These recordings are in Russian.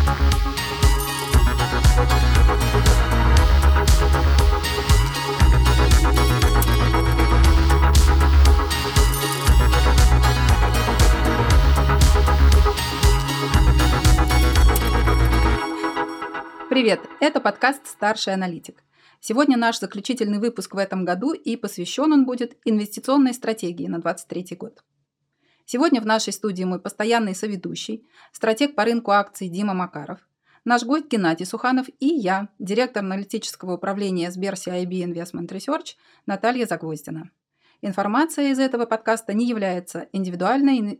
Привет! Это подкаст «Старший аналитик». Сегодня наш заключительный выпуск в этом году, и посвящен он будет инвестиционной стратегии на 2023 год. Сегодня в нашей студии мой постоянный соведущий, стратег по рынку акций Дима Макаров, наш гость Геннадий Суханов и я, директор аналитического управления Сбер CIB Investment Research Наталья Загвоздина. Информация из этого подкаста не является индивидуальной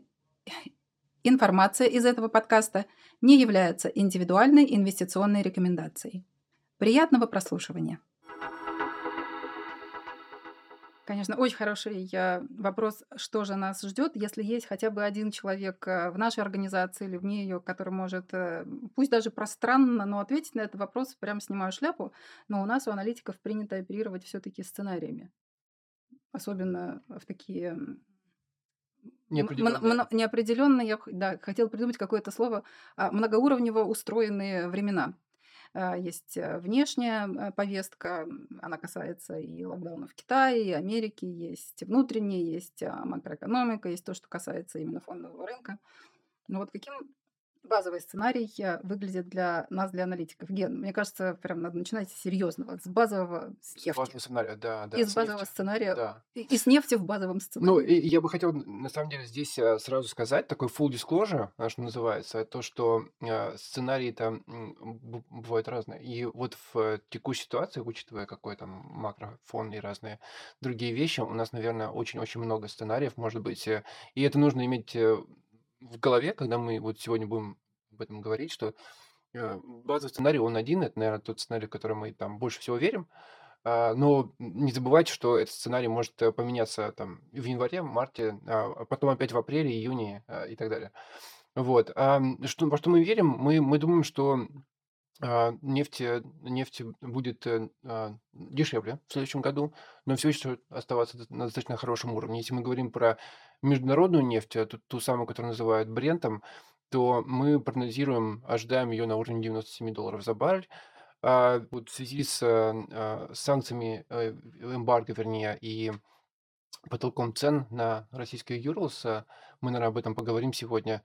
инвестиционной рекомендацией. Приятного прослушивания. Конечно, очень хороший вопрос, что же нас ждет, если есть хотя бы один человек в нашей организации или вне ее, который может, пусть даже пространно, но ответить на этот вопрос, прям снимаю шляпу, но у нас, у аналитиков, принято оперировать все-таки сценариями, особенно в такие неопределенные, я хотела придумать какое-то слово, многоуровнево устроенные времена. Есть внешняя повестка, она касается и локдауна в Китае, и Америки, есть внутренняя, есть макроэкономика, есть то, что касается именно фондового рынка. Но вот каким базовый сценарий выглядит для нас, для аналитиков? Ген, мне кажется, прям надо начинать с серьезного, с базового, с нефти. Базовый сценарий, да, Из с базового нефти. сценария, Да. и с нефти в базовом Ну, сценарии. и я бы хотел, на самом деле, здесь сразу сказать, такой full disclosure, что называется, то, что сценарии-то бывают разные. И вот в текущей ситуации, учитывая какой там макрофон и разные другие вещи, у нас, наверное, очень-очень много сценариев, может быть. И это нужно иметь в голове, когда мы вот сегодня будем об этом говорить, что базовый сценарий, он один, это, наверное, тот сценарий, в который мы там больше всего верим. Но не забывайте, что этот сценарий может поменяться там в январе, марте, а потом опять в апреле, июне и так далее. Вот. Во что мы верим? Мы думаем, что нефть будет дешевле в следующем году, но все еще оставаться на достаточно хорошем уровне. Если мы говорим про международную нефть, ту самую, которую называют Брентом, то мы прогнозируем, ожидаем ее на уровне $97 за баррель. Вот в связи с санкциями, эмбарго, вернее, и потолком цен на российский Юрлс, мы, наверное, об этом поговорим сегодня.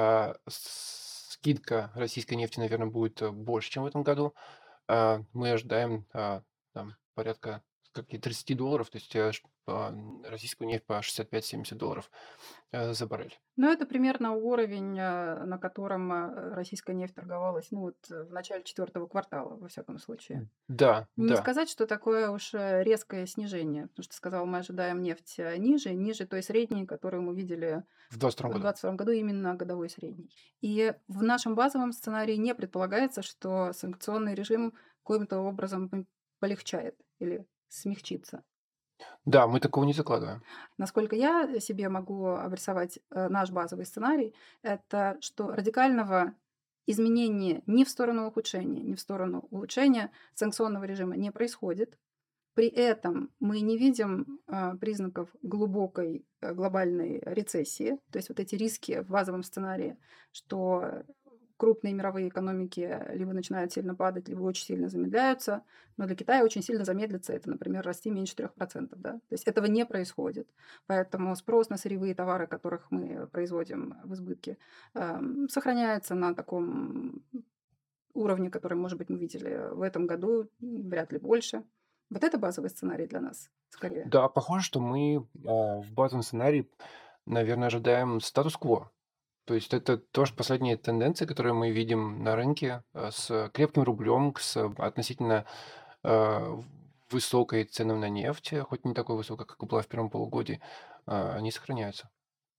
Скидка российской нефти, наверное, будет больше, чем в этом году. Мы ожидаем там порядка $30, то есть российскую нефть по $65-70 за баррель. Ну, это примерно уровень, на котором российская нефть торговалась, в начале 4-го квартала, во всяком случае. Да, Не да. сказать, что такое уж резкое снижение, потому что сказал, мы ожидаем нефть ниже той средней, которую мы видели В 22 в году. 2022 году, именно годовой средней. И в нашем базовом сценарии не предполагается, что санкционный режим каким-то образом полегчает или смягчится. Да, мы такого не закладываем. Насколько я себе могу обрисовать наш базовый сценарий, это что радикального изменения ни в сторону ухудшения, ни в сторону улучшения санкционного режима не происходит. При этом мы не видим признаков глубокой глобальной рецессии, то есть вот эти риски в базовом сценарии, что крупные мировые экономики либо начинают сильно падать, либо очень сильно замедляются, но для Китая очень сильно замедлится это, например, расти меньше 3%. Да? То есть этого не происходит. Поэтому спрос на сырьевые товары, которых мы производим в избытке, сохраняется на таком уровне, который, может быть, мы видели в этом году, вряд ли больше. Вот это базовый сценарий для нас, скорее. Да, похоже, что мы в базовом сценарии, наверное, ожидаем статус-кво. То есть это тоже последние тенденции, которые мы видим на рынке с крепким рублем, с относительно э, высокой ценой на нефть, хоть не такой высокой, как была в первом полугодии, они сохраняются.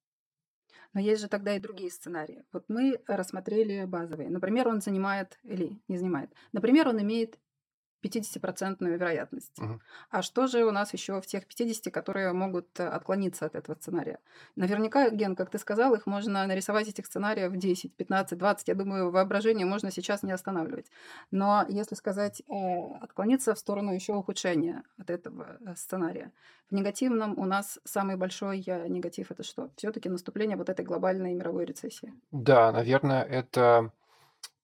Но есть же тогда и другие сценарии. Вот мы рассмотрели базовые. Например, он занимает или не занимает. Например, он имеет 50% вероятность. Мгм. А что же у нас еще в тех 50, которые могут отклониться от этого сценария? Наверняка, Ген, как ты сказал, их можно нарисовать, этих сценариев 10, 15, 20. Я думаю, воображение можно сейчас не останавливать. Но если сказать, отклониться в сторону еще ухудшения от этого сценария. В негативном у нас самый большой негатив – это что? Все-таки наступление вот этой глобальной мировой рецессии. Да, наверное, это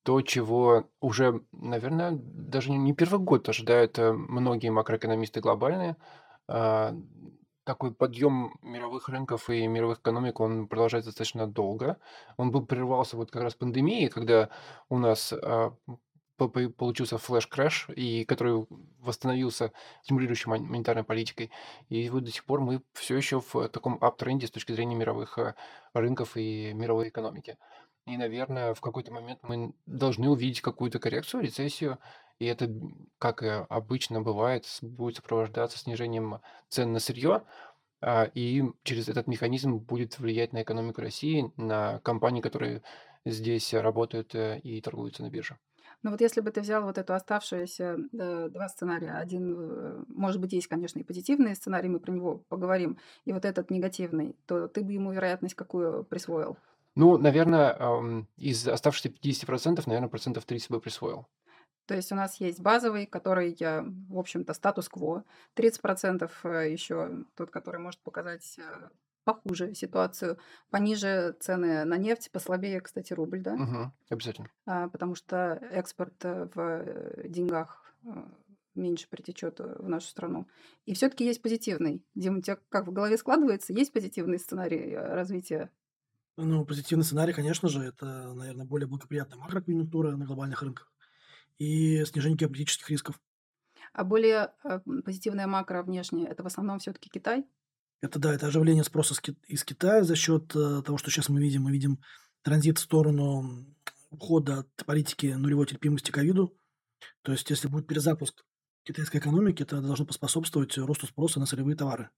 то, чего уже, наверное, даже не первый год ожидают многие макроэкономисты глобальные. А, Такой подъем мировых рынков и мировых экономик, он продолжается достаточно долго. Он был прервался вот как раз пандемией, когда у нас получился флеш-крэш, и который восстановился стимулирующей монетарной политикой. И вот до сих пор мы все еще в таком аптренде с точки зрения мировых рынков и мировой экономики. И, наверное, в какой-то момент мы должны увидеть какую-то коррекцию, рецессию, и это, как и обычно бывает, будет сопровождаться снижением цен на сырье, и через этот механизм будет влиять на экономику России, на компании, которые здесь работают и торгуются на бирже. Но вот если бы ты взял вот эту оставшиеся, 2 сценария. Один, может быть, есть, конечно, и позитивный сценарий, мы про него поговорим, и вот этот негативный, то ты бы ему вероятность какую присвоил? Ну, наверное, из оставшихся 50%, наверное, процентов 30 бы присвоил. То есть у нас есть базовый, который, в общем-то, статус-кво, 30% еще тот, который может показать похуже ситуацию, пониже цены на нефть, послабее, кстати, рубль, да? Мгм. Обязательно. Потому что экспорт в деньгах меньше притечет в нашу страну. И все-таки есть позитивный. Дима, у тебя как в голове складывается? Есть позитивный сценарий развития? Ну, позитивный сценарий, конечно же, это, наверное, более благоприятная макроконъюнктура на глобальных рынках и снижение геополитических рисков. А более позитивная макро внешняя – это в основном все-таки Китай? Это да, это оживление спроса из Китая за счет того, что сейчас мы видим. Мы видим транзит в сторону ухода от политики нулевой терпимости к ковиду. То есть, если будет перезапуск китайской экономики, это должно поспособствовать росту спроса на сырьевые товары.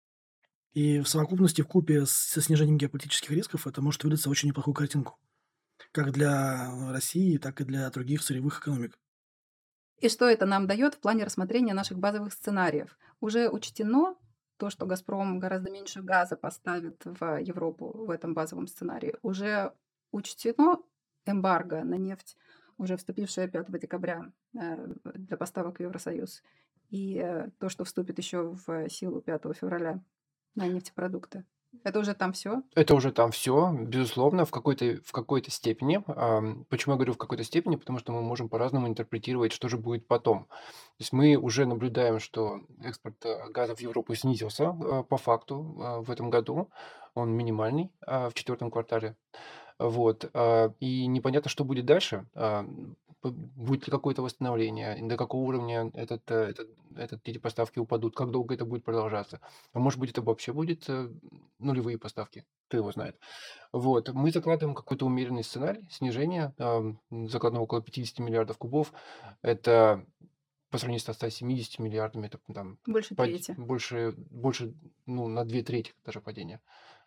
И в совокупности, в купе со снижением геополитических рисков, это может вылиться в очень неплохую картинку. Как для России, так и для других сырьевых экономик. И что это нам дает в плане рассмотрения наших базовых сценариев? Уже учтено то, что «Газпром» гораздо меньше газа поставит в Европу в этом базовом сценарии? Уже учтено эмбарго на нефть, уже вступившее 5 декабря для поставок в Евросоюз, и то, что вступит еще в силу 5 февраля на нефтепродукты? Это уже там все? Это уже там все, безусловно, в какой-то степени. Почему я говорю в какой-то степени? Потому что мы можем по-разному интерпретировать, что же будет потом. То есть мы уже наблюдаем, что экспорт газа в Европу снизился по факту в этом году. Он минимальный в четвертом квартале. Вот, и непонятно, что будет дальше. Будет ли какое-то восстановление, до какого уровня эти поставки упадут, как долго это будет продолжаться. А может быть, это вообще будет нулевые поставки, кто его знает. Вот, мы закладываем какой-то умеренный сценарий снижения, закладываем около 50 миллиардов кубов. Это по сравнению со 170 миллиардами, это там Больше трети. больше, ну, на 2 трети даже падения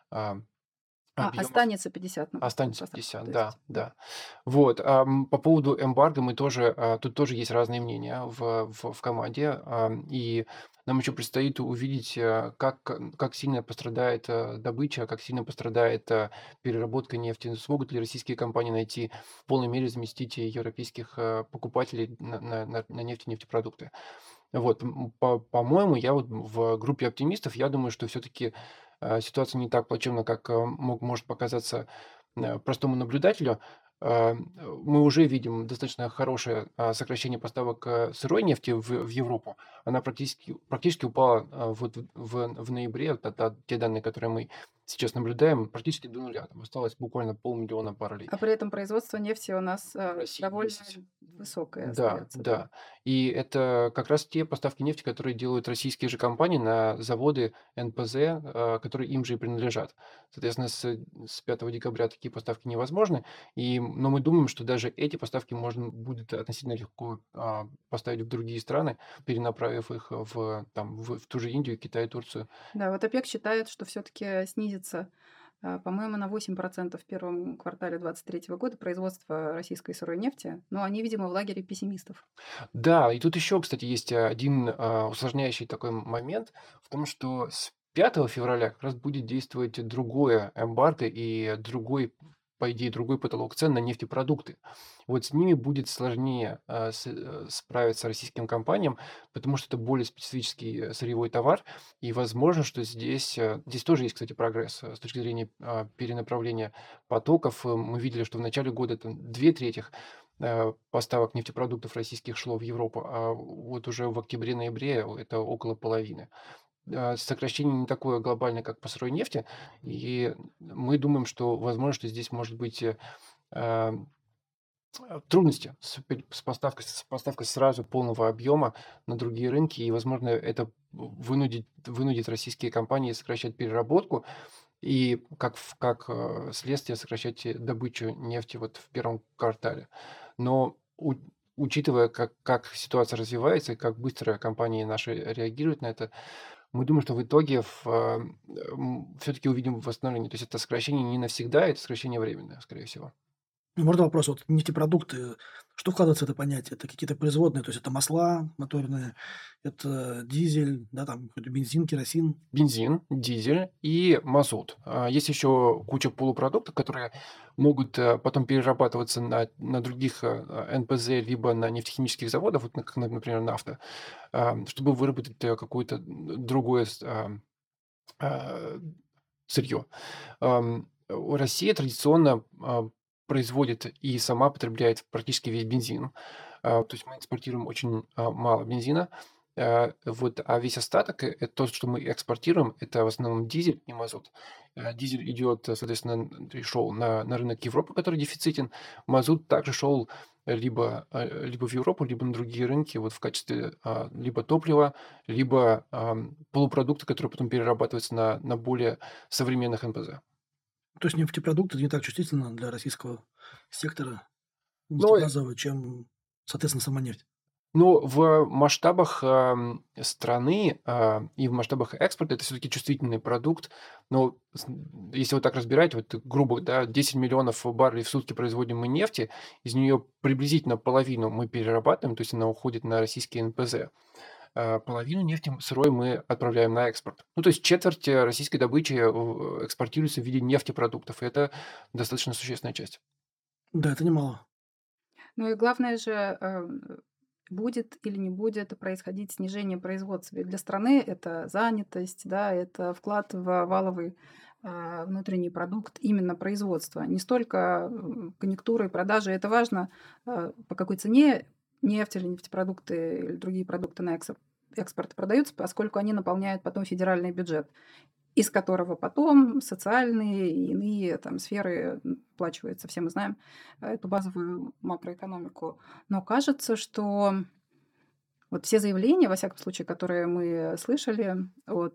объемов. Останется 50 на Останется поставку, 50, то да, есть. да. Вот, по поводу эмбарго мы тоже, тут тоже есть разные мнения в команде, и нам еще предстоит увидеть, как сильно пострадает добыча, как сильно пострадает переработка нефти. Смогут ли российские компании найти в полной мере заместить европейских покупателей на нефть и нефтепродукты? Вот, по-моему, я вот в группе оптимистов, я думаю, что все-таки ситуация не так плачевна, как может показаться простому наблюдателю. Мы уже видим достаточно хорошее сокращение поставок сырой нефти в Европу. Она практически упала вот в ноябре, те данные, которые мы сейчас наблюдаем, практически до нуля. Там осталось буквально 500 000 баррелей. А при этом производство нефти у нас В России довольно 10. высокое Да, остается, да. да. И это как раз те поставки нефти, которые делают российские же компании на заводы НПЗ, которые им же и принадлежат. Соответственно, с 5 декабря такие поставки невозможны. Но мы думаем, что даже эти поставки можно будет относительно легко поставить в другие страны, перенаправив их в ту же Индию, Китай, Турцию. Да, вот ОПЕК считает, что все-таки снизится, по-моему, на 8% в первом квартале 2023 года производство российской сырой нефти, но они, видимо, в лагере пессимистов. Да, и тут еще, кстати, есть один усложняющий такой момент в том, что с 5 февраля как раз будет действовать другое эмбарго и по идее, другой потолок цен на нефтепродукты. Вот с ними будет сложнее справиться российским компаниям, потому что это более специфический сырьевой товар, и возможно, что здесь тоже есть, кстати, прогресс с точки зрения перенаправления потоков. Мы видели, что в начале года это 2 трети поставок нефтепродуктов российских шло в Европу, а вот уже в октябре-ноябре это около половины. Сокращение не такое глобальное, как по сырой нефти, и мы думаем, что возможно, что здесь может быть а, трудности с поставкой сразу полного объема на другие рынки, и, возможно, это вынудит российские компании сокращать переработку и как следствие сокращать добычу нефти вот в первом квартале. Но учитывая, как ситуация развивается и как быстро компании наши реагируют на это, мы думаем, что в итоге все-таки увидим восстановление. То есть это сокращение не навсегда, это сокращение временное, скорее всего. Можно вопрос? Вот нефтепродукты, что вкладывается в это понятие? Это какие-то производные, то есть это масла моторные, это дизель, да, там какой-то бензин, керосин. Бензин, дизель и мазут. Есть еще куча полупродуктов, которые могут потом перерабатываться на других НПЗ, либо на нефтехимических заводах, вот как, например, нафта, чтобы выработать какое-то другое сырье. Россия традиционно производит и сама потребляет практически весь бензин. То есть мы экспортируем очень мало бензина. А весь остаток, это то, что мы экспортируем, это в основном дизель и мазут. Дизель идет, соответственно, шел на рынок Европы, который дефицитен. Мазут также шел либо в Европу, либо на другие рынки вот в качестве либо топлива, либо полупродукта, который потом перерабатывается на более современных НПЗ. То есть нефтепродукты не так чувствительны для российского сектора Но нефтегазового, чем, соответственно, сама нефть. Ну, в масштабах, страны, и в масштабах экспорта это все таки чувствительный продукт. Но если вот так разбирать, вот грубо, да, 10 миллионов баррелей в сутки производим мы нефти, из нее приблизительно половину мы перерабатываем, то есть она уходит на российские НПЗ. Половину нефти сырой мы отправляем на экспорт. Ну, то есть четверть российской добычи экспортируется в виде нефтепродуктов, и это достаточно существенная часть. Да, это немало. Ну и главное же, будет или не будет происходить снижение производства. Ведь для страны это занятость, да, это вклад в валовый внутренний продукт, именно производство. Не столько конъюнктуры и продажи. Это важно, по какой цене нефть или нефтепродукты или другие продукты на экспорт продаются, поскольку они наполняют потом федеральный бюджет, из которого потом социальные и иные там сферы оплачиваются. Все мы знаем эту базовую макроэкономику. Но кажется, что вот все заявления, во всяком случае, которые мы слышали от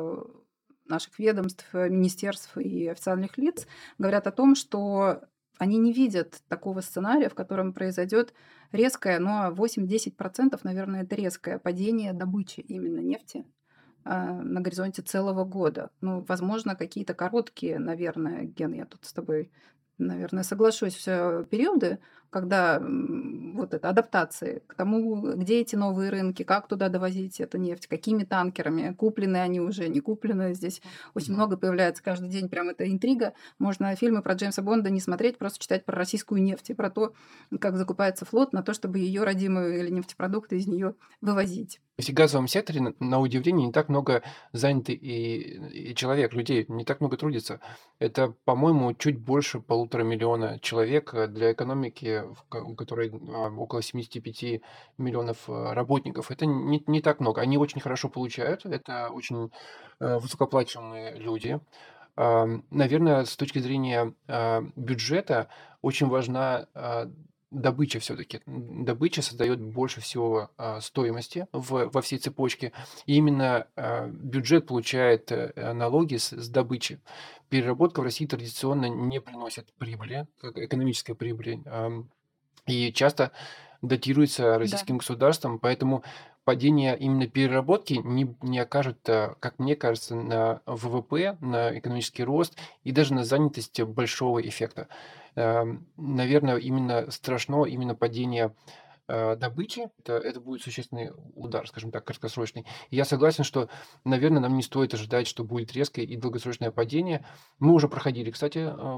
наших ведомств, министерств и официальных лиц, говорят о том, что они не видят такого сценария, в котором произойдет резкое, но 8-10%, наверное, это резкое падение добычи именно нефти на горизонте целого года. Ну, возможно, какие-то короткие, наверное, Ген, я тут с тобой, наверное, соглашусь, периоды, когда вот это адаптации к тому, где эти новые рынки, как туда довозить эту нефть, какими танкерами, куплены они уже, не куплены. Здесь очень много появляется каждый день, прям эта интрига. Можно фильмы про Джеймса Бонда не смотреть, просто читать про российскую нефть и про то, как закупается флот на то, чтобы ее родимые или нефтепродукты из нее вывозить. В нефтегазовом секторе, на удивление, не так много занятых и человек, людей, не так много трудится. Это, по-моему, чуть больше 1,5 миллиона человек для экономики, у которой около 75 миллионов работников. Это не так много. Они очень хорошо получают, это очень высокооплачиваемые люди. Наверное, с точки зрения бюджета очень важна добыча все-таки. Добыча создает больше всего стоимости во всей цепочке. И именно бюджет получает налоги с добычи. Переработка в России традиционно не приносит прибыли, экономической прибыли. И часто датируется Да. российским государством, поэтому падение именно переработки не окажет, как мне кажется, на ВВП, на экономический рост и даже на занятость большого эффекта. Наверное, именно страшно именно падение добычи. Это будет существенный удар, скажем так, краткосрочный. И я согласен, что, наверное, нам не стоит ожидать, что будет резкое и долгосрочное падение. Мы уже проходили, кстати,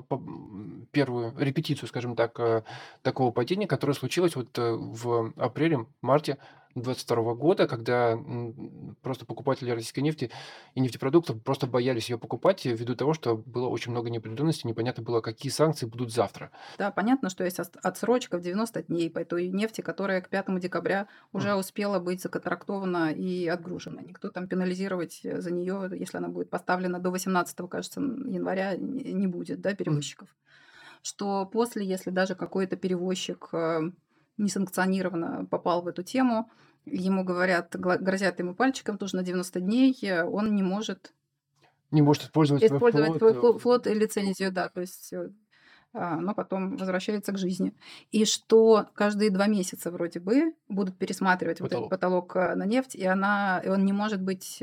первую репетицию, скажем так, такого падения, которое случилось вот в апреле-марте 2022 года, когда просто покупатели российской нефти и нефтепродуктов просто боялись ее покупать ввиду того, что было очень много неопределенности, непонятно было, какие санкции будут завтра. Да, понятно, что есть отсрочка в 90 дней по той нефти, которая к 5 декабря уже успела быть законтрактована и отгружена. Никто там пенализировать за нее, если она будет поставлена до 18, кажется, января, не будет, да, перевозчиков. Что после, если даже какой-то перевозчик несанкционированно попал в эту тему, ему говорят, грозят ему пальчиком, тоже на 90 дней он не может Не может использовать свой использовать флот. свой флот и лицензию, да, то есть оно потом возвращается к жизни. И что каждые 2 месяца вроде бы будут пересматривать вот этот Потолок. потолок на нефть, и он не может быть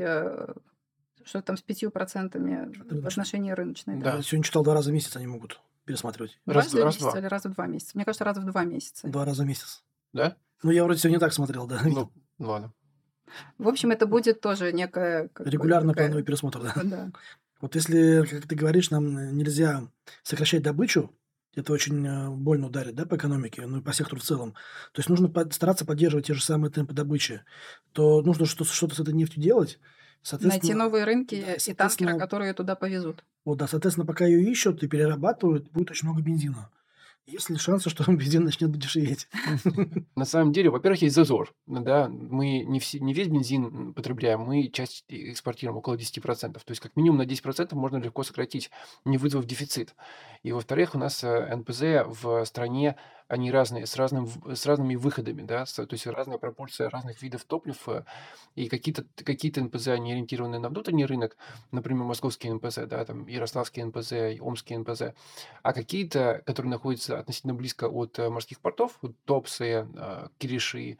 что там с 5% в Рыночный. отношении рыночной. Да. Я сегодня читал, 2 раза в месяц они могут пересматривать. Раз в Каждый раз в месяц 2. или раз в 2 месяца? Мне кажется, раз в 2 месяца. 2 раза в месяц. Да? Ну, я вроде сегодня так смотрел, да. Ну, ладно. В общем, это будет тоже некая как бы Регулярно такая плановый пересмотр, да. да. Вот если, как ты говоришь, нам нельзя сокращать добычу, это очень больно ударит, да, по экономике, ну и по сектору в целом. То есть нужно стараться поддерживать те же самые темпы добычи. То нужно что-то с этой нефтью делать. Найти Соответственно, новые рынки да, и танкеры, соответственно, которые туда повезут. вот, да, соответственно, пока ее ищут и перерабатывают, будет очень много бензина. Есть ли шансы, что бензин начнет дешеветь? На самом деле, во-первых, есть зазор. Да, мы не весь бензин потребляем, мы часть экспортируем, около 10%. То есть как минимум на 10% можно легко сократить, не вызвав дефицит. И во-вторых, у нас НПЗ в стране, они разные, с разными выходами, да, то есть разная пропорция разных видов топлив. И какие-то НПЗ, они ориентированы на внутренний рынок, например, московский НПЗ, да, там Ярославский НПЗ, Омский НПЗ, а какие-то, которые находятся относительно близко от морских портов, вот Топсы, Кириши,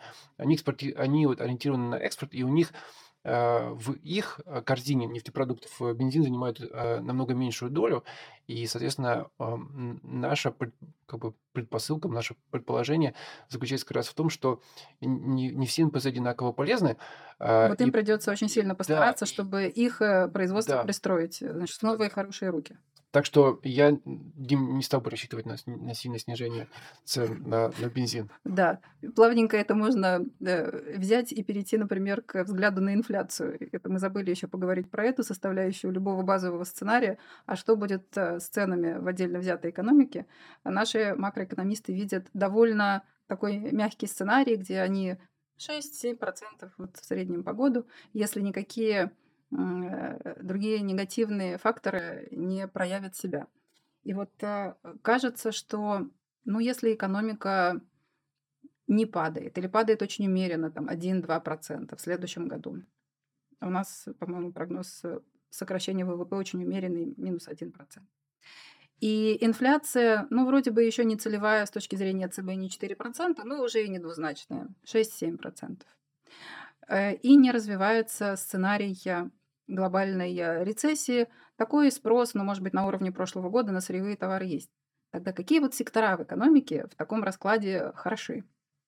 они вот ориентированы на экспорт, и у них в их корзине нефтепродуктов бензин занимает намного меньшую долю, и, соответственно, наша как бы предпосылка, наше предположение заключается как раз в том, что не все НПЗ одинаково полезны. Вот им И придется очень сильно да, постараться, чтобы их производство да. пристроить, значит, в новые хорошие руки. Так что я, Дим, не стал бы рассчитывать на сильное снижение цен на бензин. Да, плавненько это можно взять и перейти, например, к взгляду на инфляцию. Это мы забыли еще поговорить про эту составляющую любого базового сценария. А что будет с ценами в отдельно взятой экономике? Наши макроэкономисты видят довольно такой мягкий сценарий, где они 6-7% вот в среднем по году, если никакие другие негативные факторы не проявят себя. И вот кажется, что ну, если экономика не падает или падает очень умеренно, там 1-2% в следующем году. У нас, по-моему, прогноз сокращения ВВП очень умеренный, минус 1%. И инфляция, ну, вроде бы еще не целевая с точки зрения ЦБ, не 4%, но уже и недвузначная, 6-7%. И не развивается сценарий глобальной рецессии. Такой спрос, ну, может быть, на уровне прошлого года на сырьевые товары есть. Тогда какие вот сектора в экономике в таком раскладе хороши?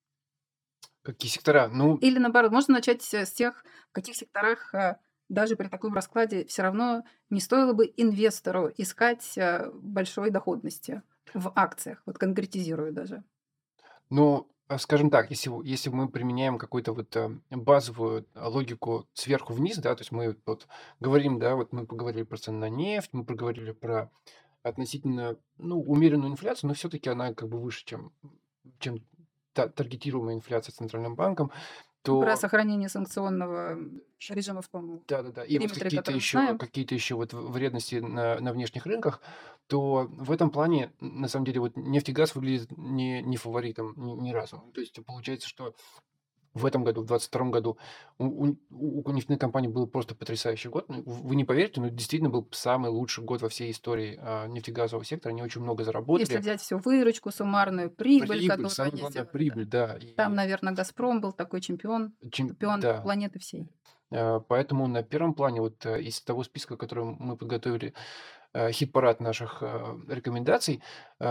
Какие сектора? Ну, Или наоборот, можно начать с тех, в каких секторах даже при таком раскладе все равно не стоило бы инвестору искать большой доходности в акциях, вот конкретизирую даже. ну, скажем так, если мы применяем какую-то вот базовую логику сверху вниз, да, то есть мы вот говорим, да, вот мы поговорили про цены на нефть, мы поговорили про относительно, ну, умеренную инфляцию, но все-таки она как бы выше, чем таргетируемая инфляция Центральным банком, Про то сохранение санкционного режима в том да-да-да, и вот периметре, который мы знаем. какие-то еще вот вредности на внешних рынках, то в этом плане, на самом деле, вот нефть и газ выглядит не фаворитом ни разу. То есть получается, что в этом году, в 2022 году у нефтяных компаний был просто потрясающий год. Ну, вы не поверите, но это действительно был самый лучший год во всей истории нефтегазового сектора. Они очень много Если заработали. взять всю выручку, суммарную прибыль, Прибыль, которую самое они главное, сделали. Да. прибыль, да. Там, наверное, «Газпром» был такой чемпион Да. планеты всей. Поэтому на первом плане вот из того списка, который мы подготовили, хит-парад наших рекомендаций,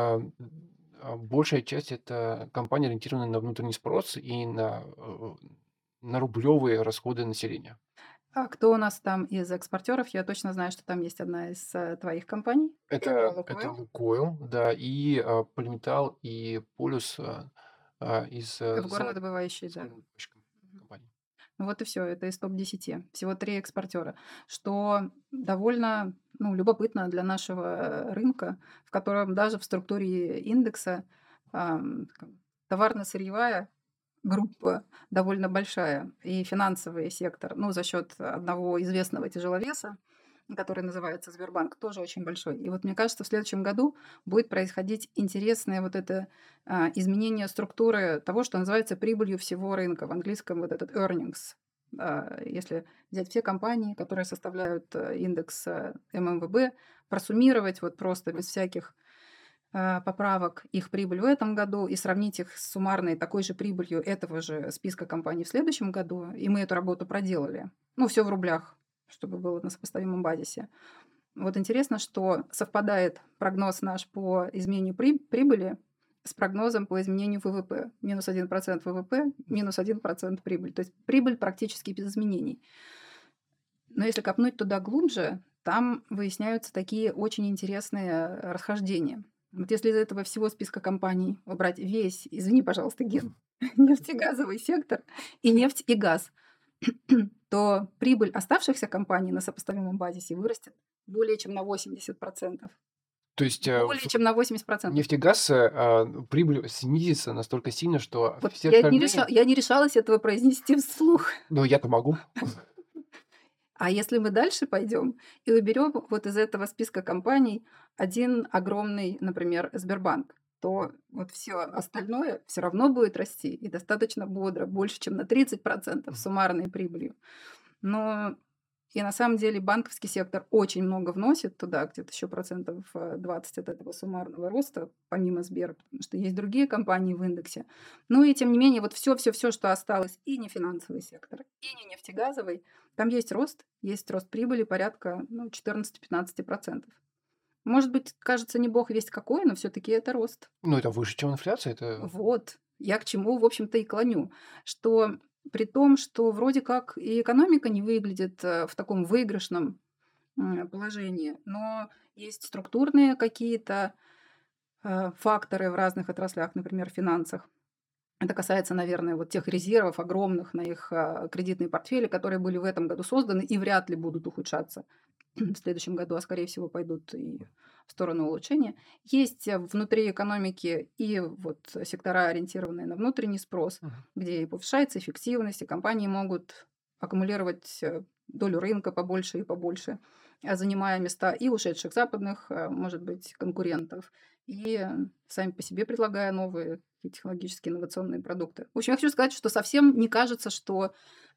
большая часть это компании, ориентированные на внутренний спрос и на рублевые расходы населения. А кто у нас там из экспортеров? Я точно знаю, что там есть одна из твоих компаний. Это «Лукойл». Лукойл, да, и Полиметалл, и Полюс из В горнодобывающей, да. Солнечным. компаний. Ну вот и все, это из топ-10. Всего 3 экспортера, что довольно, ну, любопытно для нашего рынка, в котором даже в структуре индекса, как товарно-сырьевая группа довольно большая, и финансовый сектор, ну, за счет одного известного тяжеловеса, который называется Сбербанк, тоже очень большой. И вот мне кажется, в следующем году будет происходить интересное вот это изменение структуры того, что называется прибылью всего рынка. В английском вот этот earnings. Если взять все компании, которые составляют индекс ММВБ, просуммировать вот просто без всяких поправок их прибыль в этом году и сравнить их с суммарной такой же прибылью этого же списка компаний в следующем году, и мы эту работу проделали. Ну, все в рублях, чтобы было на сопоставимом базисе. Вот интересно, что совпадает прогноз наш по изменению прибыли с прогнозом по изменению ВВП. Минус 1% ВВП, минус 1% прибыль. То есть прибыль практически без изменений. Но если копнуть туда глубже, там выясняются такие очень интересные расхождения. Вот если из этого всего списка компаний убрать весь, извини, пожалуйста, Ген, нефтегазовый сектор и нефть и газ, то прибыль оставшихся компаний на сопоставимом базисе вырастет более чем на 80%. То есть Более чем на 80%. нефтегаз прибыль снизится настолько сильно, что Вот все я не, остальные... я не решалась этого произнести вслух. Ну, я-то могу. А если мы дальше пойдем и уберем вот из этого списка компаний один огромный, например, Сбербанк, то вот все остальное все равно будет расти и достаточно бодро, больше, чем на 30% суммарной прибылью. Но и на самом деле банковский сектор очень много вносит туда, где-то еще процентов 20 от этого суммарного роста, помимо Сбера, потому что есть другие компании в индексе. Ну и тем не менее, вот все, что осталось, и не финансовый сектор, и не нефтегазовый, там есть рост прибыли порядка 14-15%. Может быть, кажется, не бог весть какой, но все-таки это рост. Ну, это выше, чем инфляция. Это... Вот, я к чему, в общем-то, и клоню, что при том, что вроде как и экономика не выглядит в таком выигрышном положении, но есть структурные какие-то факторы в разных отраслях, например, в финансах. Это касается, наверное, вот тех резервов огромных на их кредитные портфели, которые были в этом году созданы и вряд ли будут ухудшаться в следующем году, а скорее всего пойдут и в сторону улучшения. Есть внутри экономики и вот сектора, ориентированные на внутренний спрос, Мгм. где и повышается эффективность, и компании могут аккумулировать долю рынка побольше и побольше, занимая места и ушедших западных, может быть, конкурентов, и сами по себе предлагая новые такие технологически инновационные продукты. В общем, я хочу сказать, что совсем не кажется, что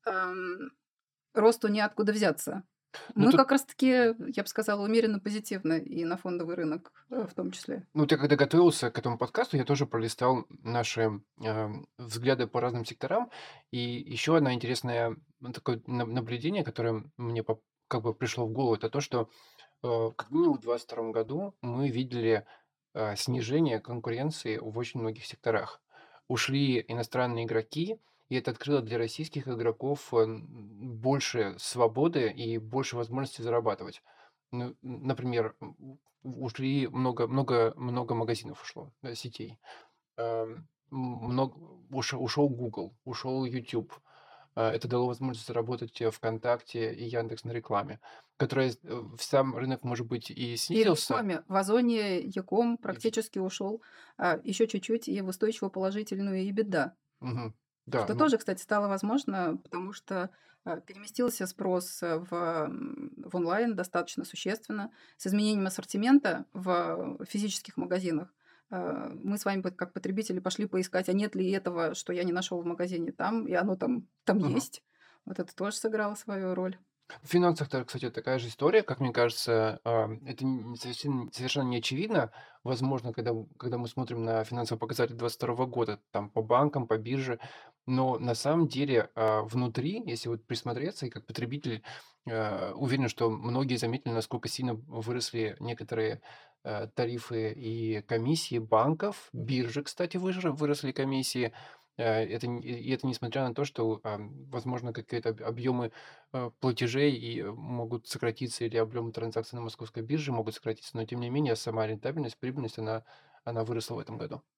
росту неоткуда взяться. Ну, Мы тут как раз-таки, я бы сказала, умеренно позитивны и на фондовый рынок в том числе. Ну, вот я когда готовился к этому подкасту, я тоже пролистал наши взгляды по разным секторам. И еще одно интересное такое наблюдение, которое мне как бы пришло в голову, это то, что как минимум в 2022 году мы видели снижение конкуренции в очень многих секторах. Ушли иностранные игроки, и это открыло для российских игроков больше свободы и больше возможностей зарабатывать. Ну, например, ушли много магазинов ушло, сетей. Много ушел Google, ушел YouTube. Это дало возможность заработать ВКонтакте и Яндекс на рекламе, которая сам рынок, может быть, и И в снизился. Якоме, в Озоне Яком И в- практически ушел еще чуть-чуть и в устойчиво положительную EBITDA. Мгм. Да, Что ну, тоже, кстати, стало возможно, потому что переместился спрос в онлайн достаточно существенно. С изменением ассортимента в физических магазинах мы с вами как потребители пошли поискать, а нет ли этого, что я не нашел в магазине там, и оно там мгм. есть. Вот это тоже сыграло свою роль. В финансах, кстати, такая же история, как мне кажется, это совершенно не очевидно. Возможно, когда мы смотрим на финансовые показатели 2022 года, там по банкам, по бирже, но на самом деле внутри, если вот присмотреться, и как потребитель уверен, что многие заметили, насколько сильно выросли некоторые тарифы и комиссии банков, биржи, кстати, выросли комиссии. И это несмотря на то, что, возможно, какие-то объемы платежей и могут сократиться, или объемы транзакций на московской бирже могут сократиться, но тем не менее сама рентабельность, прибыльность, она выросла в этом году.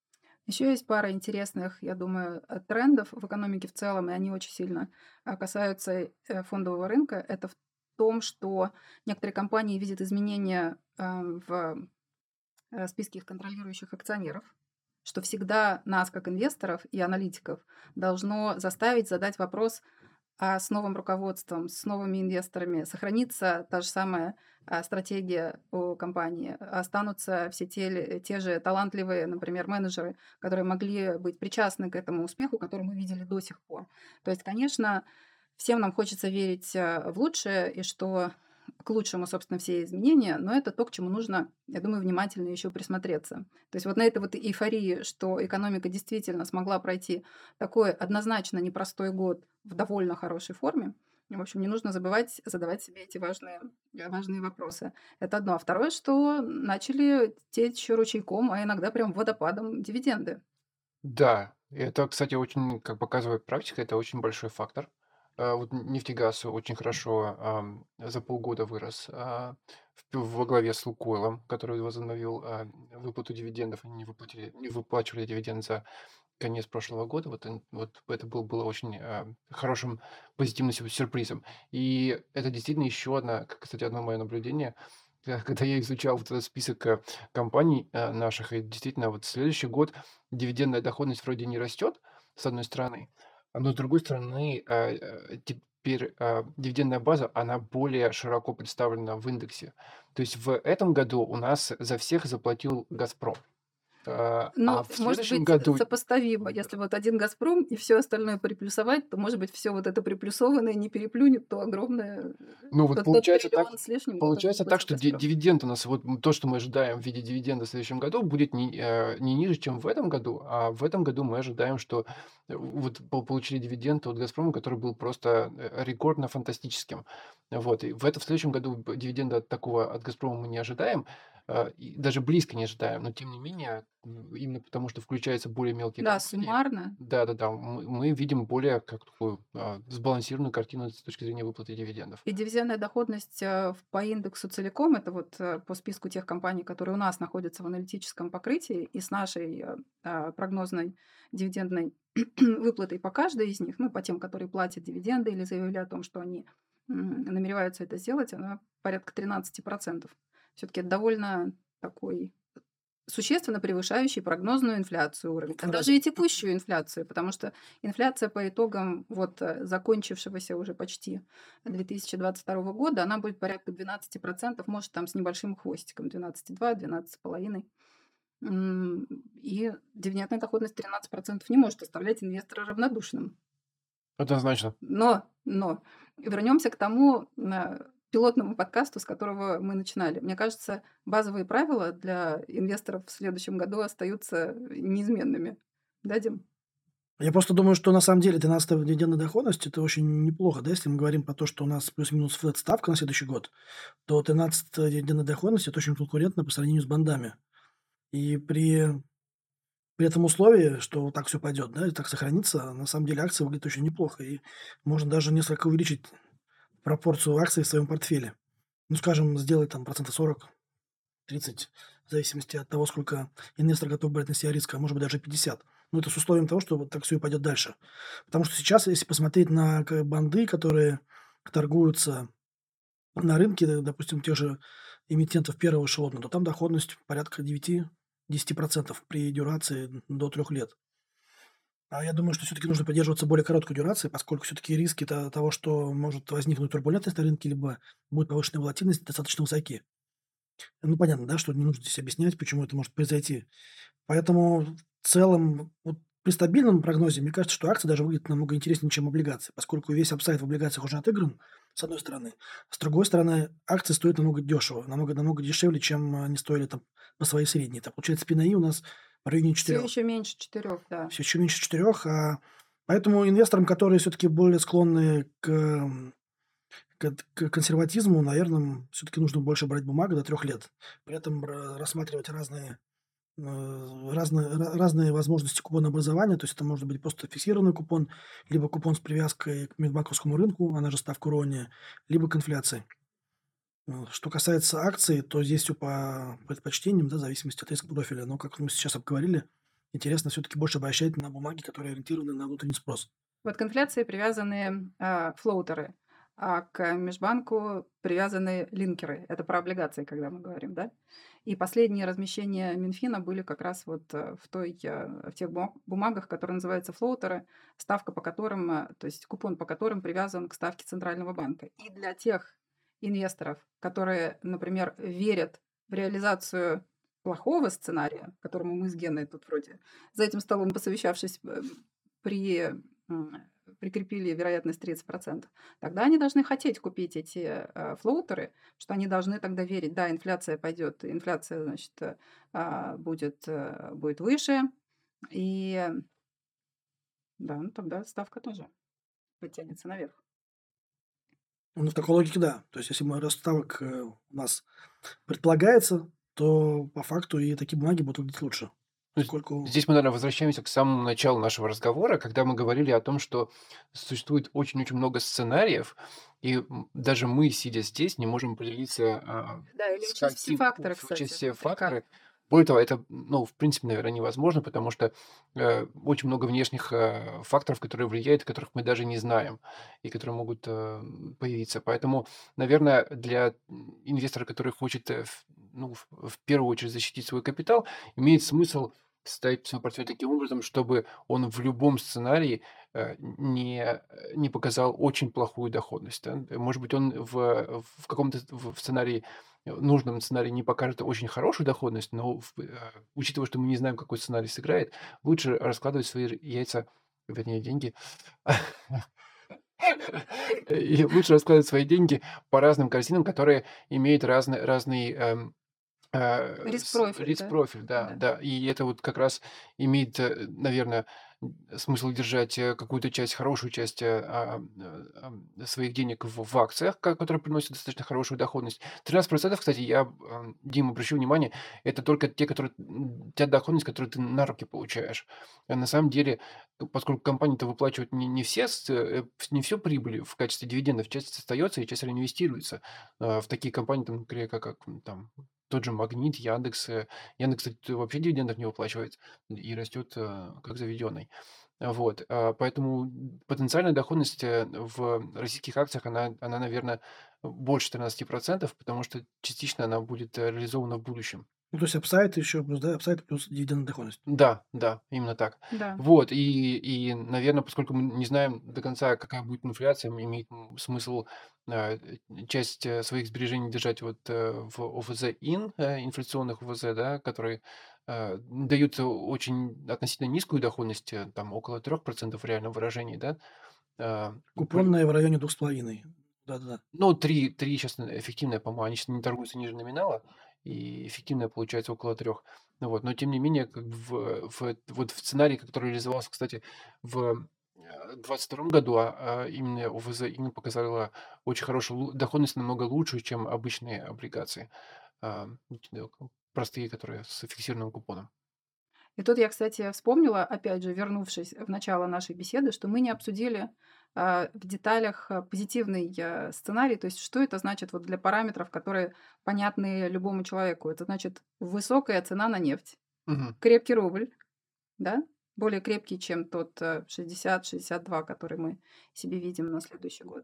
Еще есть пара интересных, я думаю, трендов в экономике в целом, и они очень сильно касаются фондового рынка. Это в том, что некоторые компании видят изменения в списке их контролирующих акционеров, что всегда нас, как инвесторов и аналитиков, должно заставить задать вопрос, а с новым руководством, с новыми инвесторами сохранится та же самая стратегия у компании, останутся все те же талантливые, например, менеджеры, которые могли быть причастны к этому успеху, который мы видели до сих пор. То есть, конечно, всем нам хочется верить в лучшее, и что к лучшему, собственно, все изменения, но это то, к чему нужно, я думаю, внимательно еще присмотреться. То есть вот на этой вот эйфории, что экономика действительно смогла пройти такой однозначно непростой год в довольно хорошей форме, в общем, не нужно забывать задавать себе эти важные вопросы. Это одно. А второе, что начали течь ручейком, а иногда прям водопадом дивиденды. Да, и это, кстати, очень, как показывает практика, это очень большой фактор. Вот нефтегаз очень хорошо за полгода вырос во главе с Лукойлом, который возобновил выплату дивидендов. Они не выплачивали дивиденд за конец прошлого года. Вот это было очень хорошим позитивным сюрпризом. И это действительно еще одна, кстати, одно мое наблюдение, когда я изучал вот этот список компаний наших, и действительно вот следующий год дивидендная доходность вроде не растет, с одной стороны, но с другой стороны теперь дивидендная база, она более широко представлена в индексе. То есть в этом году у нас за всех заплатил «Газпром». А Ну, в может следующем быть, году сопоставимо. Если вот один «Газпром» и все остальное приплюсовать, то, может быть, все вот это приплюсованное не переплюнет то огромное, ну, вот тот триллион с лишним, который получается так, заплатил что «Газпром». дивиденд у нас, вот то, что мы ожидаем в виде дивиденда в следующем году, будет не ниже, чем в этом году, а в этом году мы ожидаем, что вот получили дивиденд от «Газпрома», который был просто рекордно фантастическим. Вот, и в следующем году дивиденда такого от «Газпрома» мы не ожидаем, и даже близко не ожидаем, но тем не менее, именно потому что включаются более мелкие Да, компании, суммарно. да-да-да, мы видим более как такую сбалансированную картину с точки зрения выплаты дивидендов. И дивидендная доходность, по индексу целиком, это вот, по списку тех компаний, которые у нас находятся в аналитическом покрытии, и с нашей, прогнозной дивидендной выплатой по каждой из них, ну, по тем, которые платят дивиденды или заявили о том, что они, намереваются это сделать, она порядка 13%. Все таки это довольно такой существенно превышающий прогнозную инфляцию уровень, а Раз- даже и текущую инфляцию, потому что инфляция по итогам вот закончившегося уже почти 2022 года, она будет порядка 12%, может там с небольшим хвостиком, 12,2, 12,5. И дивидендная доходность 13% не может оставлять инвестора равнодушным. Однозначно. Но вернемся к тому пилотному подкасту, с которого мы начинали. Мне кажется, базовые правила для инвесторов в следующем году остаются неизменными. Да, Дим? Я просто думаю, что на самом деле 13-я дивидендная доходность – это очень неплохо, да, если мы говорим про то, что у нас плюс-минус флет-ставка на следующий год, то 13-я дивидендная доходность – это очень конкурентно по сравнению с бандами. И при этом условии, что вот так все пойдет, да, и так сохранится, на самом деле акции выглядят очень неплохо. И можно даже несколько увеличить пропорцию акций в своем портфеле. Ну, скажем, сделать там процентов 40, 30, в зависимости от того, сколько инвестор готов брать на себя риска, а может быть даже 50. Но это с условием того, что вот так все и пойдет дальше. Потому что сейчас, если посмотреть на банды, которые торгуются на рынке, допустим, тех же эмитентов первого эшелона, то там доходность порядка 9-10% при дюрации до 3 лет. А я думаю, что все-таки нужно придерживаться более короткой дюрации, поскольку все-таки риски того, что может возникнуть турбулентность на рынке, либо будет повышенная волатильность, достаточно высоки. Ну, понятно, да, что не нужно здесь объяснять, почему это может произойти. Поэтому в целом, вот при стабильном прогнозе, мне кажется, что акции даже выглядят намного интереснее, чем облигации, поскольку весь апсайд в облигациях уже отыгран, с одной стороны. С другой стороны, акции стоят намного дешево, намного дешевле, чем они стоили там по своей средней. Там, получается, P/E у нас в районе Все 4. еще меньше 4, да. Все еще меньше 4. Поэтому инвесторам, которые все-таки более склонны к консерватизму, наверное, все-таки нужно больше брать бумагу до 3 лет. При этом рассматривать разные возможности купонообразования. То есть это может быть просто фиксированный купон, либо купон с привязкой к межбанковскому рынку, она же ставка РОНИ, либо к инфляции. Что касается акций, то здесь все по предпочтениям, да, в зависимости от риск профиля. Но, как мы сейчас обговорили, интересно все-таки больше обращать на бумаги, которые ориентированы на внутренний спрос. Вот к инфляции привязаны флоутеры, а к межбанку привязаны линкеры. Это про облигации, когда мы говорим, да? И последние размещения Минфина были как раз вот в тех бумагах, которые называются флоутеры, ставка по которым, то есть купон по которым привязан к ставке Центрального банка. И для тех инвесторов, которые, например, верят в реализацию плохого сценария, к которому мы с Геной тут вроде за этим столом, посовещавшись, при м, прикрепили вероятность 30%, тогда они должны хотеть купить эти флоутеры, что они должны тогда верить, да, инфляция пойдет, инфляция, значит, будет выше, и да, ну тогда ставка тоже подтянется наверх. Ну, в такой логике, да. То есть, если рост ставок у нас предполагается, то по факту и такие бумаги будут выглядеть лучше. Ну, Поскольку здесь мы, наверное, возвращаемся к самому началу нашего разговора, когда мы говорили о том, что существует очень-очень много сценариев, и даже мы, сидя здесь, не можем поделиться, Да, или с учесть все каким факторы, учесть кстати, все внутри факторы. как. Более того, это, ну, в принципе, наверное, невозможно, потому что очень много внешних факторов, которые влияют, которых мы даже не знаем, и которые могут появиться. Поэтому, наверное, для инвестора, который хочет, ну, в первую очередь защитить свой капитал, имеет смысл ставить свой портфель таким образом, чтобы он в любом сценарии не показал очень плохую доходность. Да. Может быть, он в каком-то в сценарии, нужном сценарии не покажет очень хорошую доходность, но учитывая, что мы не знаем, какой сценарий сыграет, лучше раскладывать свои яйца, вернее, деньги, и лучше раскладывать свои деньги по разным корзинам, которые имеют разный Риск-профиль, да? риск-профиль, да, Да. да. И это вот как раз имеет, наверное, смысл держать какую-то часть, хорошую часть своих денег в акциях, которые приносят достаточно хорошую доходность. 13%, кстати, Дима, обращу внимание, это только те доходность, которую ты на руки получаешь. А на самом деле, поскольку компания-то выплачивает не всю прибыль в качестве дивидендов, часть остается и часть реинвестируется в такие компании, там, например, там, тот же Магнит, Яндекс. Яндекс, кстати, вообще дивидендов не выплачивает и растет как заведенный. Вот. Поэтому потенциальная доходность в российских акциях, она, наверное, больше 13%, потому что частично она будет реализована в будущем. ну, то есть апсайд еще плюс, да, апсайд плюс дивидендная доходность. Да, да, именно так. Да. Вот, наверное, поскольку мы не знаем до конца, какая будет инфляция, имеет смысл часть своих сбережений держать вот в ОФЗ-ин, инфляционных ОФЗ, да, которые дают очень относительно низкую доходность, там около 3% в реальном выражении, да. А, Купонная в районе 2,5. Да-да-да. ну, 3 сейчас эффективная, по-моему, они сейчас не торгуются ниже номинала, и эффективная получается около 3. Ну вот, но тем не менее, как бы вот в сценарии, который реализовался, кстати, в 22 году, именно ОФЗ именно показала очень хорошую доходность, намного лучше, чем обычные облигации, простые, которые с фиксированным купоном. И тут я, кстати, вспомнила, опять же, вернувшись в начало нашей беседы, что мы не обсудили в деталях позитивный сценарий, то есть что это значит вот для параметров, которые понятны любому человеку. Это значит высокая цена на нефть, Мгм. крепкий рубль, да, более крепкий, чем тот 60-62, который мы себе видим на следующий год.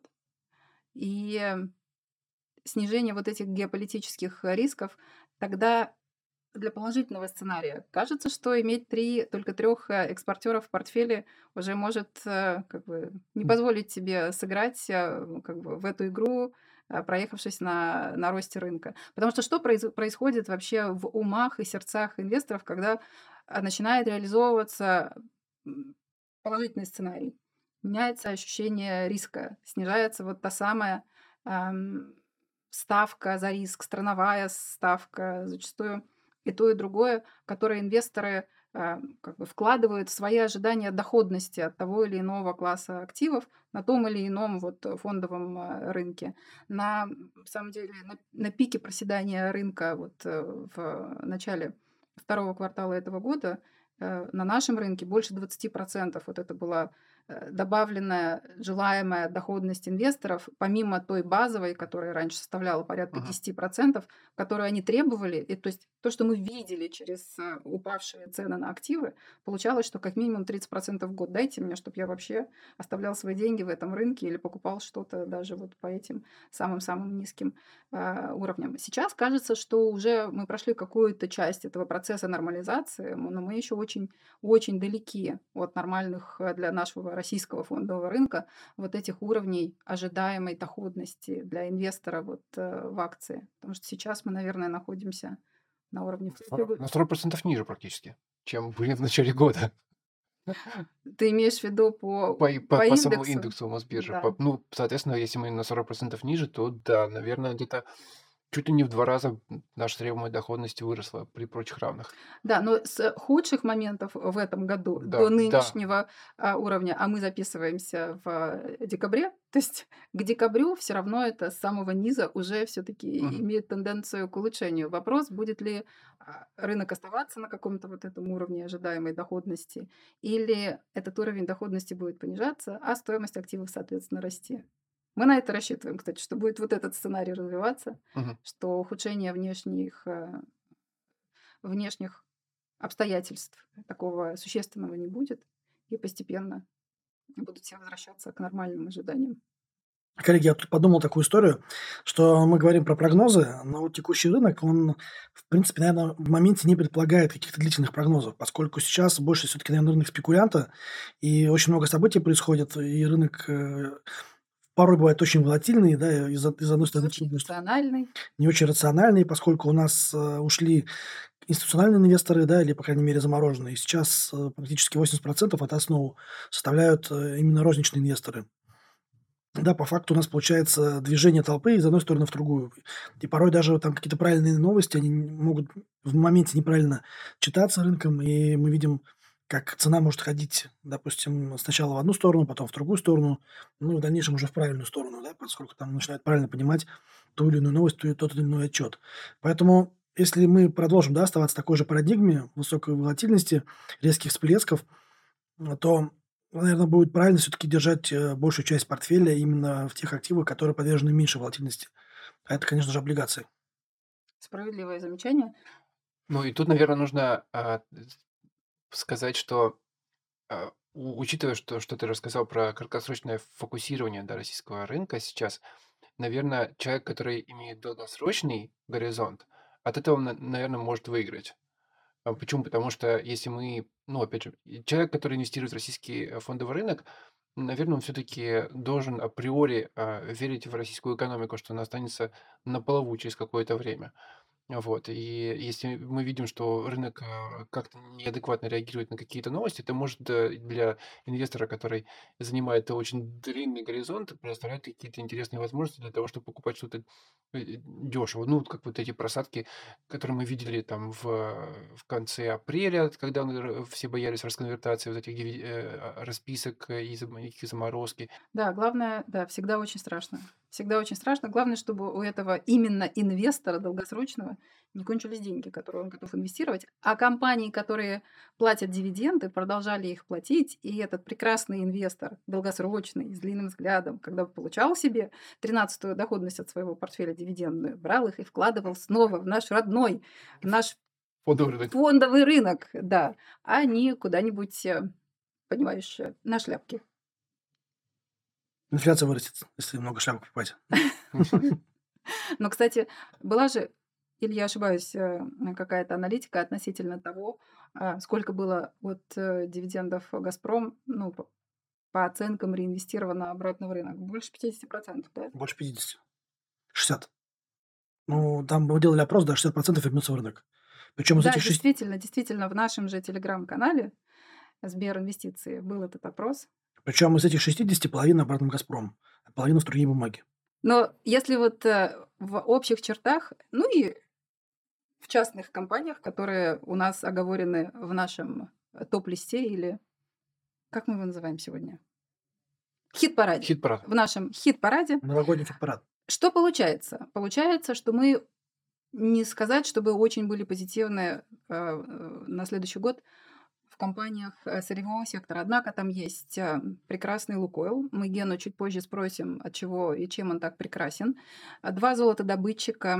И снижение вот этих геополитических рисков, тогда для положительного сценария кажется, что иметь только 3 экспортеров в портфеле уже может как бы не позволить тебе сыграть как бы в эту игру, проехавшись на росте рынка. Потому что что происходит вообще в умах и сердцах инвесторов, когда начинает реализовываться м, положительный сценарий? Меняется ощущение риска, снижается вот та самая ам, ставка за риск, страновая ставка, зачастую и то, и другое, которые инвесторы как бы вкладывают в свои ожидания доходности от того или иного класса активов на том или ином вот фондовом рынке. Самом деле, на пике проседания рынка вот в начале второго квартала этого года на нашем рынке больше 20%. Вот это была добавленная желаемая доходность инвесторов, помимо той базовой, которая раньше составляла порядка Мгм. 10%, которую они требовали. И, то есть То, что мы видели через упавшие цены на активы, получалось, что как минимум 30% в год дайте мне, чтобы я вообще оставлял свои деньги в этом рынке или покупал что-то даже вот по этим самым-самым низким уровням. Сейчас кажется, что уже мы прошли какую-то часть этого процесса нормализации, но мы еще очень далеки от нормальных для нашего российского фондового рынка вот этих уровней ожидаемой доходности для инвестора вот, в акции. Потому что сейчас мы, наверное, находимся на уровне На 40% ниже практически, чем были в начале года. Ты имеешь в виду по По самому индексу? индексу Мосбиржи. Да. Ну, соответственно, если мы на 40% ниже, то да, наверное, где-то чуть ли не в 2 раза наша требуемая доходность выросла при прочих равных. Да, но с худших моментов в этом году Да, до да. нынешнего уровня, а мы записываемся в декабре, то есть к декабрю все равно это с самого низа уже все-таки Мгм. имеет тенденцию к улучшению. Вопрос, будет ли рынок оставаться на каком-то вот этом уровне ожидаемой доходности, или этот уровень доходности будет понижаться, а стоимость активов, соответственно, расти. Мы на это рассчитываем, кстати, что будет вот этот сценарий развиваться, Мгм. что ухудшение внешних обстоятельств такого существенного не будет, и постепенно будут все возвращаться к нормальным ожиданиям. Коллеги, я тут подумал такую историю, что мы говорим про прогнозы, но вот текущий рынок, он, в принципе, наверное, в моменте не предполагает каких-то длительных прогнозов, поскольку сейчас больше все-таки, наверное, рынок спекулянта, и очень много событий происходит, и рынок порой бывает очень волатильный, да, из одной Не стороны в очень другую сторону, рациональный. не очень рациональный, поскольку у нас ушли институциональные инвесторы, да, или, по крайней мере, замороженные. И сейчас практически 80% от основы составляют именно розничные инвесторы. Да, по факту у нас получается движение толпы из одной стороны в другую. И порой даже там какие-то правильные новости, они могут в моменте неправильно читаться рынком, и мы видим, как цена может ходить, допустим, сначала в одну сторону, потом в другую сторону, ну и в дальнейшем уже в правильную сторону, да, поскольку там начинают правильно понимать ту или иную новость, тот или иной отчет. Поэтому если мы продолжим, да, оставаться в такой же парадигме высокой волатильности, резких всплесков, то, наверное, будет правильно все-таки держать большую часть портфеля именно в тех активах, которые подвержены меньшей волатильности. А это, конечно же, облигации. Справедливое замечание. Ну и тут, наверное, нужно сказать, что учитывая, что ты рассказал про краткосрочное фокусирование, да, российского рынка сейчас, наверное, человек, который имеет долгосрочный горизонт, от этого, наверное, может выиграть. Почему? Потому что если мы, ну, опять же, человек, который инвестирует в российский фондовый рынок, наверное, он все-таки должен априори верить в российскую экономику, что она останется на плаву через какое-то время. Вот. И если мы видим, что рынок как-то неадекватно реагирует на какие-то новости, это может для инвестора, который занимает очень длинный горизонт, предоставлять какие-то интересные возможности для того, чтобы покупать что-то дешево. Ну, вот как вот эти просадки, которые мы видели там в конце апреля, когда все боялись расконвертации вот этих расписок из их заморозки. Да, главное, да, всегда очень страшно. Всегда очень страшно. Главное, чтобы у этого именно инвестора долгосрочного не кончились деньги, которые он готов инвестировать. А компании, которые платят дивиденды, продолжали их платить. И этот прекрасный инвестор, долгосрочный, с длинным взглядом, когда получал себе 13-ю доходность от своего портфеля дивидендную, брал их и вкладывал снова в наш родной, в наш Фондовый рынок. фондовый рынок, да, а не куда-нибудь, понимаешь, на шляпки. Инфляция вырастет, если много шляпок покупать. Но, кстати, была же, или я ошибаюсь, какая-то аналитика относительно того, сколько было от дивидендов «Газпром», ну, по оценкам реинвестировано обратно в рынок. Больше 50%, да? Больше 50. 60. Ну, там мы делали опрос, да, 60% вернется в рынок. Причем из Да, этих 6... действительно, в нашем же телеграм-канале Сберинвестиции был этот опрос. Причем из этих 60 половина обратно в «Газпром», а половина в другие бумаги. Но если вот в общих чертах, ну и в частных компаниях, которые у нас оговорены в нашем топ-листе или как мы его называем сегодня? Хит-параде. Хит-парад. В нашем хит-параде. Новогодний фотоаппарат. Что получается? Получается, что мы не сказать, чтобы очень были позитивны на следующий год в компаниях сырьевого сектора. Однако там есть прекрасный «Лукойл». Мы Гену чуть позже спросим, от чего и чем он так прекрасен. Два золотодобытчика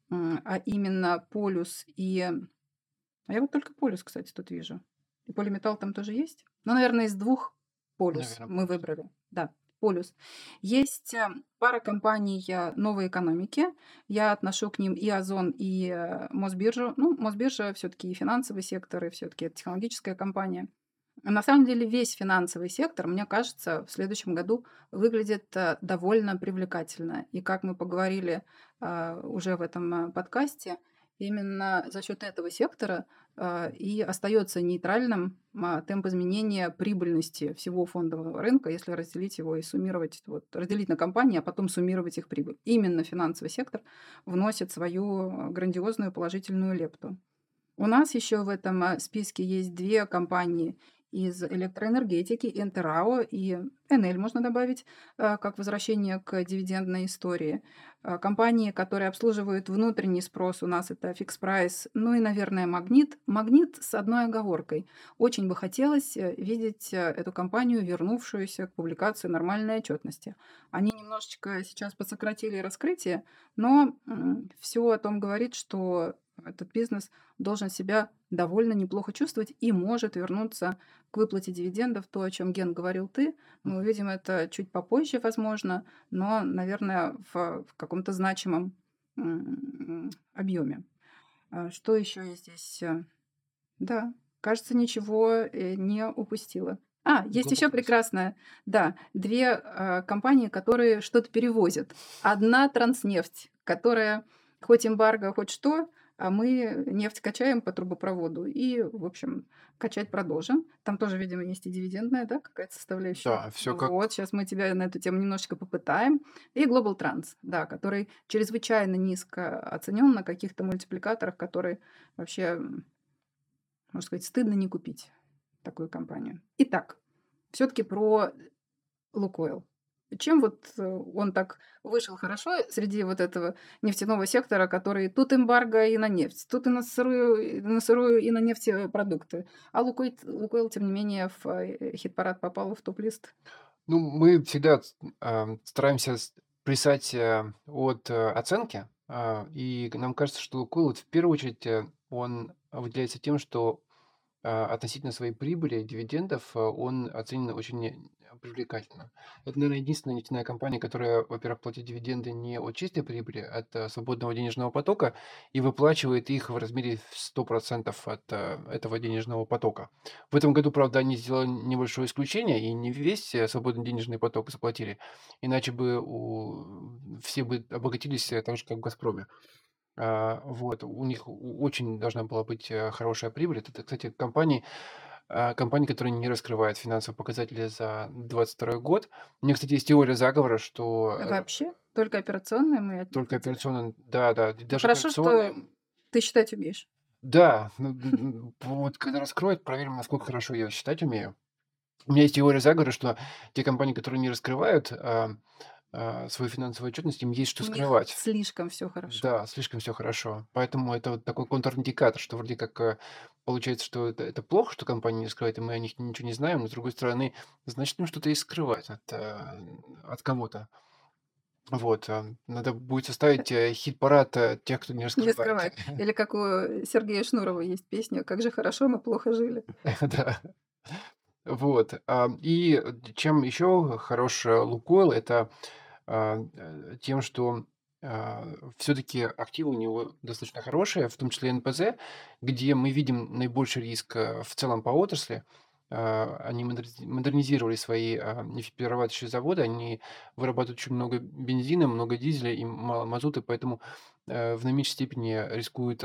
а именно Полюс и я вот только Полюс, кстати, тут вижу. И Полиметалл там тоже есть? Ну, наверное, из двух Полюс Наверное, мы полностью. выбрали. Да, Полюс. Есть, пара компаний, новой экономики. Я отношу к ним и Озон, и, Мосбиржу. Ну, Мосбиржа все таки и финансовый сектор, и все таки это технологическая компания. На самом деле весь финансовый сектор, мне кажется, в следующем году выглядит, довольно привлекательно. И как мы поговорили, уже в этом, подкасте, именно за счет этого сектора, и остается нейтральным, темп изменения прибыльности всего фондового рынка, если разделить его и суммировать, вот разделить на компании, а потом суммировать их прибыль. Именно финансовый сектор вносит свою, грандиозную положительную лепту. У нас еще в этом, списке есть 2 компании из электроэнергетики: "Энтерао" и "Энель" можно добавить, как возвращение к дивидендной истории. Компании, которые обслуживают внутренний спрос, у нас это "Фикспрайс", ну и, наверное, "Магнит". "Магнит" с одной оговоркой. Очень бы хотелось, видеть, эту компанию, вернувшуюся к публикации нормальной отчетности. Они немножечко сейчас подсократили раскрытие, но, всё о том говорит, что этот бизнес должен себя довольно неплохо чувствовать и может вернуться к выплате дивидендов. То, о чем, Ген, говорил ты, мы увидим это чуть попозже, возможно, но, наверное, в каком-то значимом, объеме. Что еще я здесь, да, кажется, ничего, не упустила. Есть Global еще Trans. прекрасная, да, 2 компании, которые что-то перевозят. Одна — Транснефть, которая хоть эмбарго, хоть что, а мы нефть качаем по трубопроводу и, в общем, качать продолжим. Там тоже, видимо, есть и дивидендная, да, какая-то составляющая? Да, все как Вот, сейчас мы тебя на эту тему немножечко попытаем. И Global Trans, да, который чрезвычайно низко оценен на каких-то мультипликаторах, которые вообще, можно сказать, стыдно не купить такую компанию. Итак, все таки про "Лукойл". Чем вот, он так вышел хорошо среди вот этого нефтяного сектора, который тут эмбарго и на нефть, тут и на сырую, и на нефтепродукты, а "Лукойл", тем не менее, в, хит-парад попал, в топ-лист? Ну, мы всегда стараемся плясать от оценки, и нам кажется, что Лукойл, вот в первую очередь, он выделяется тем, что относительно своей прибыли, дивидендов, он оценен очень привлекательно. Это, наверное, единственная нефтяная компания, которая, во-первых, платит дивиденды не от чистой прибыли, а от свободного денежного потока и выплачивает их в размере в 100% от этого денежного потока. В этом году, правда, они сделали небольшое исключение и не весь свободный денежный поток заплатили, иначе бы все бы обогатились так же, как в «Газпроме». Вот, у них очень должна была быть хорошая прибыль. Это, кстати, компании, которые не раскрывают финансовые показатели за 2022 год. У меня, кстати, есть теория заговора, что Вообще? Только операционные мы только отметили? операционные, да, и Ну, даже хорошо, операционные, что ты считать умеешь. да, ну, вот когда раскроют, проверим, насколько хорошо я считать умею. У меня есть теория заговора, что те компании, которые не раскрывают свою финансовую отчетность, им есть что У них скрывать. слишком все хорошо. Да, слишком все хорошо. Поэтому это вот такой контриндикатор, что вроде как, получается, что это плохо, что компания не раскрывает, и мы о них ничего не знаем, но, с другой стороны, значит, им что-то есть скрывать от кого-то. Вот, надо будет составить, хит-парад, тех, кто не Не раскрывает. скрывает. Или как у Сергея Шнурова есть песня "Как же хорошо мы плохо жили". Да. Вот, и чем еще хорош "Лукойл", это, тем, что, все таки активы у него достаточно хорошие, в том числе НПЗ, где мы видим наибольший риск, в целом по отрасли. Они модернизировали свои, нефтеперерабатывающие заводы, они вырабатывают очень много бензина, много дизеля и мало мазута, поэтому, в наименьшей степени рискуют,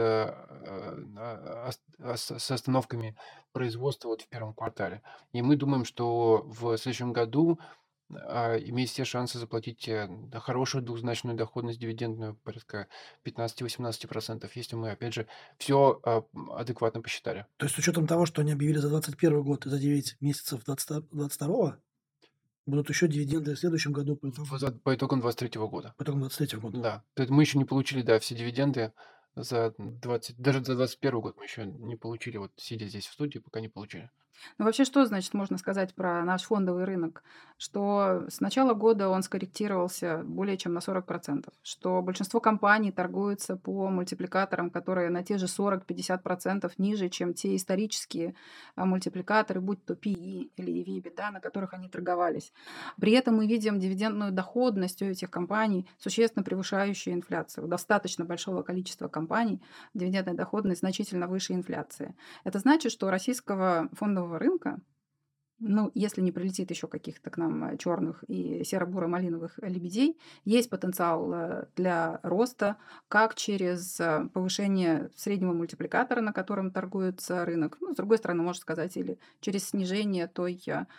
с остановками производства вот в первом квартале. И мы думаем, что в следующем году, имеет все шансы заплатить, хорошую двузначную доходность дивидендную, порядка 15–18%, если мы, опять же, все адекватно посчитали. То есть с учетом того, что они объявили за 2021 год и за 9 месяцев 2022 будут еще дивиденды в следующем году По итогам 2023 года. по итогам 2023 года. Да. То есть мы еще не получили, да, все дивиденды за 20, даже за 2021 год мы еще не получили, вот сидя здесь в студии, пока не получили. Ну, вообще, что значит можно сказать про наш фондовый рынок? Что с начала года он скорректировался более чем на 40%, что большинство компаний торгуются по мультипликаторам, которые на те же 40-50% ниже, чем те исторические мультипликаторы, будь то PE или EV/EBITDA, на которых они торговались. При этом мы видим дивидендную доходность у этих компаний, существенно превышающую инфляцию. У достаточно большого количества компаний дивидендная доходность значительно выше инфляции. Это значит, что у российского фондового рынка, ну, если не прилетит еще каких-то к нам черных и серо-буро-малиновых лебедей, есть потенциал для роста как через повышение среднего мультипликатора, на котором торгуется рынок, ну, с другой стороны, можно сказать, или через снижение той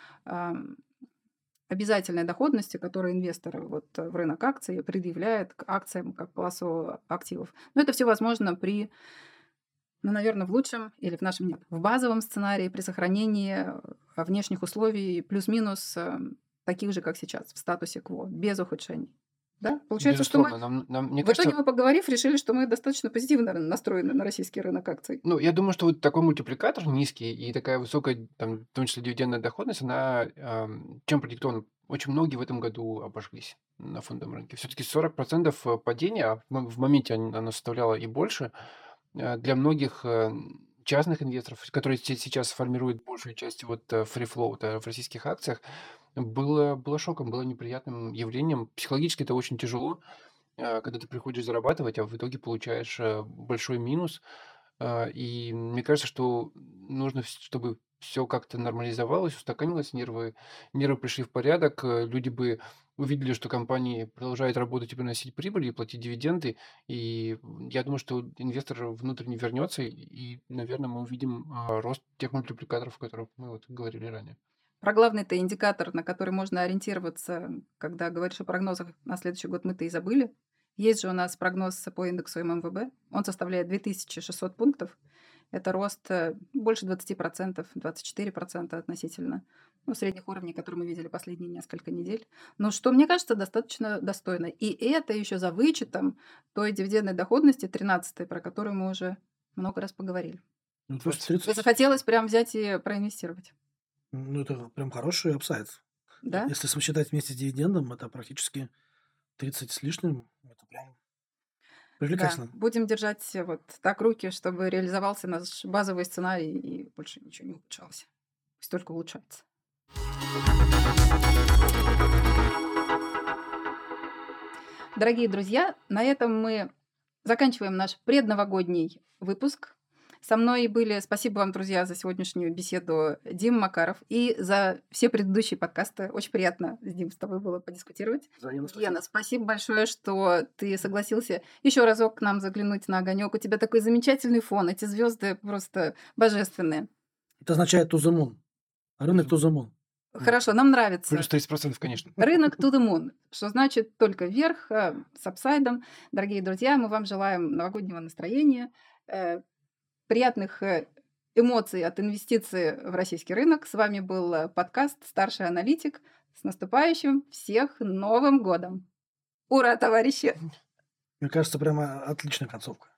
обязательной доходности, которую инвестор вот в рынок акций предъявляет к акциям как классу активов. Но это все возможно при, ну, наверное, в лучшем или в нашем нет, в базовом сценарии при сохранении внешних условий плюс-минус таких же, как сейчас, в статусе кво, без ухудшений. Да? Получается, что мы Безусловно, мне в итоге кажется, мы, поговорив, решили, что мы достаточно позитивно настроены на российский рынок акций. ну, я думаю, что вот такой мультипликатор низкий и такая высокая, там, в том числе дивидендная доходность, она чем продиктована? Очень многие в этом году обожглись на фондовом рынке. Все-таки 40% падения, а в моменте оно составляло и больше, для многих частных инвесторов, которые сейчас формируют большую часть вот free float в российских акциях, было шоком, было неприятным явлением. Психологически это очень тяжело, когда ты приходишь зарабатывать, а в итоге получаешь большой минус. И мне кажется, что нужно, чтобы все как-то нормализовалось, устаканилось, нервы пришли в порядок, люди бы увидели, что компании продолжают работать и приносить прибыль, и платить дивиденды. И я думаю, что инвестор внутренне вернется, и, наверное, мы увидим рост тех мультипликаторов, о которых мы вот говорили ранее. Про главный-то индикатор, на который можно ориентироваться, когда говоришь о прогнозах на следующий год, мы-то и забыли. Есть же у нас прогноз по индексу ММВБ. Он составляет 2600 пунктов. Это рост больше 20%, 24% относительно средних уровней, которые мы видели последние несколько недель. Но что, мне кажется, достаточно достойно. И это еще за вычетом той дивидендной доходности 13-й, про которую мы уже много раз поговорили. Ну, то есть Вот. 30, Захотелось прям взять и проинвестировать. ну, это прям хороший апсайд. Да? Если посчитать вместе с дивидендом, это практически 30 с лишним. Это прям Да, привлекательно. будем держать вот так руки, чтобы реализовался наш базовый сценарий и больше ничего не улучшалось. Пусть только улучшается. Дорогие друзья, на этом мы заканчиваем наш предновогодний выпуск. Со мной были, спасибо вам, друзья, за сегодняшнюю беседу, Дим Макаров и за все предыдущие подкасты. Очень приятно, Дим, с тобой было подискутировать. Взаимно спасибо. Гена, спасибо большое, что ты согласился еще разок к нам заглянуть на огонек. У тебя такой замечательный фон, эти звезды просто божественные. Это означает to the moon. Рынок to the moon. Хорошо, нам нравится. Плюс 30%, конечно. Рынок to the moon, что значит только вверх, с апсайдом. Дорогие друзья, мы вам желаем новогоднего настроения, приятных эмоций от инвестиций в российский рынок. С вами был подкаст «Старший аналитик». С наступающим всех Новым годом! Ура, товарищи! Мне кажется, прямо отличная концовка.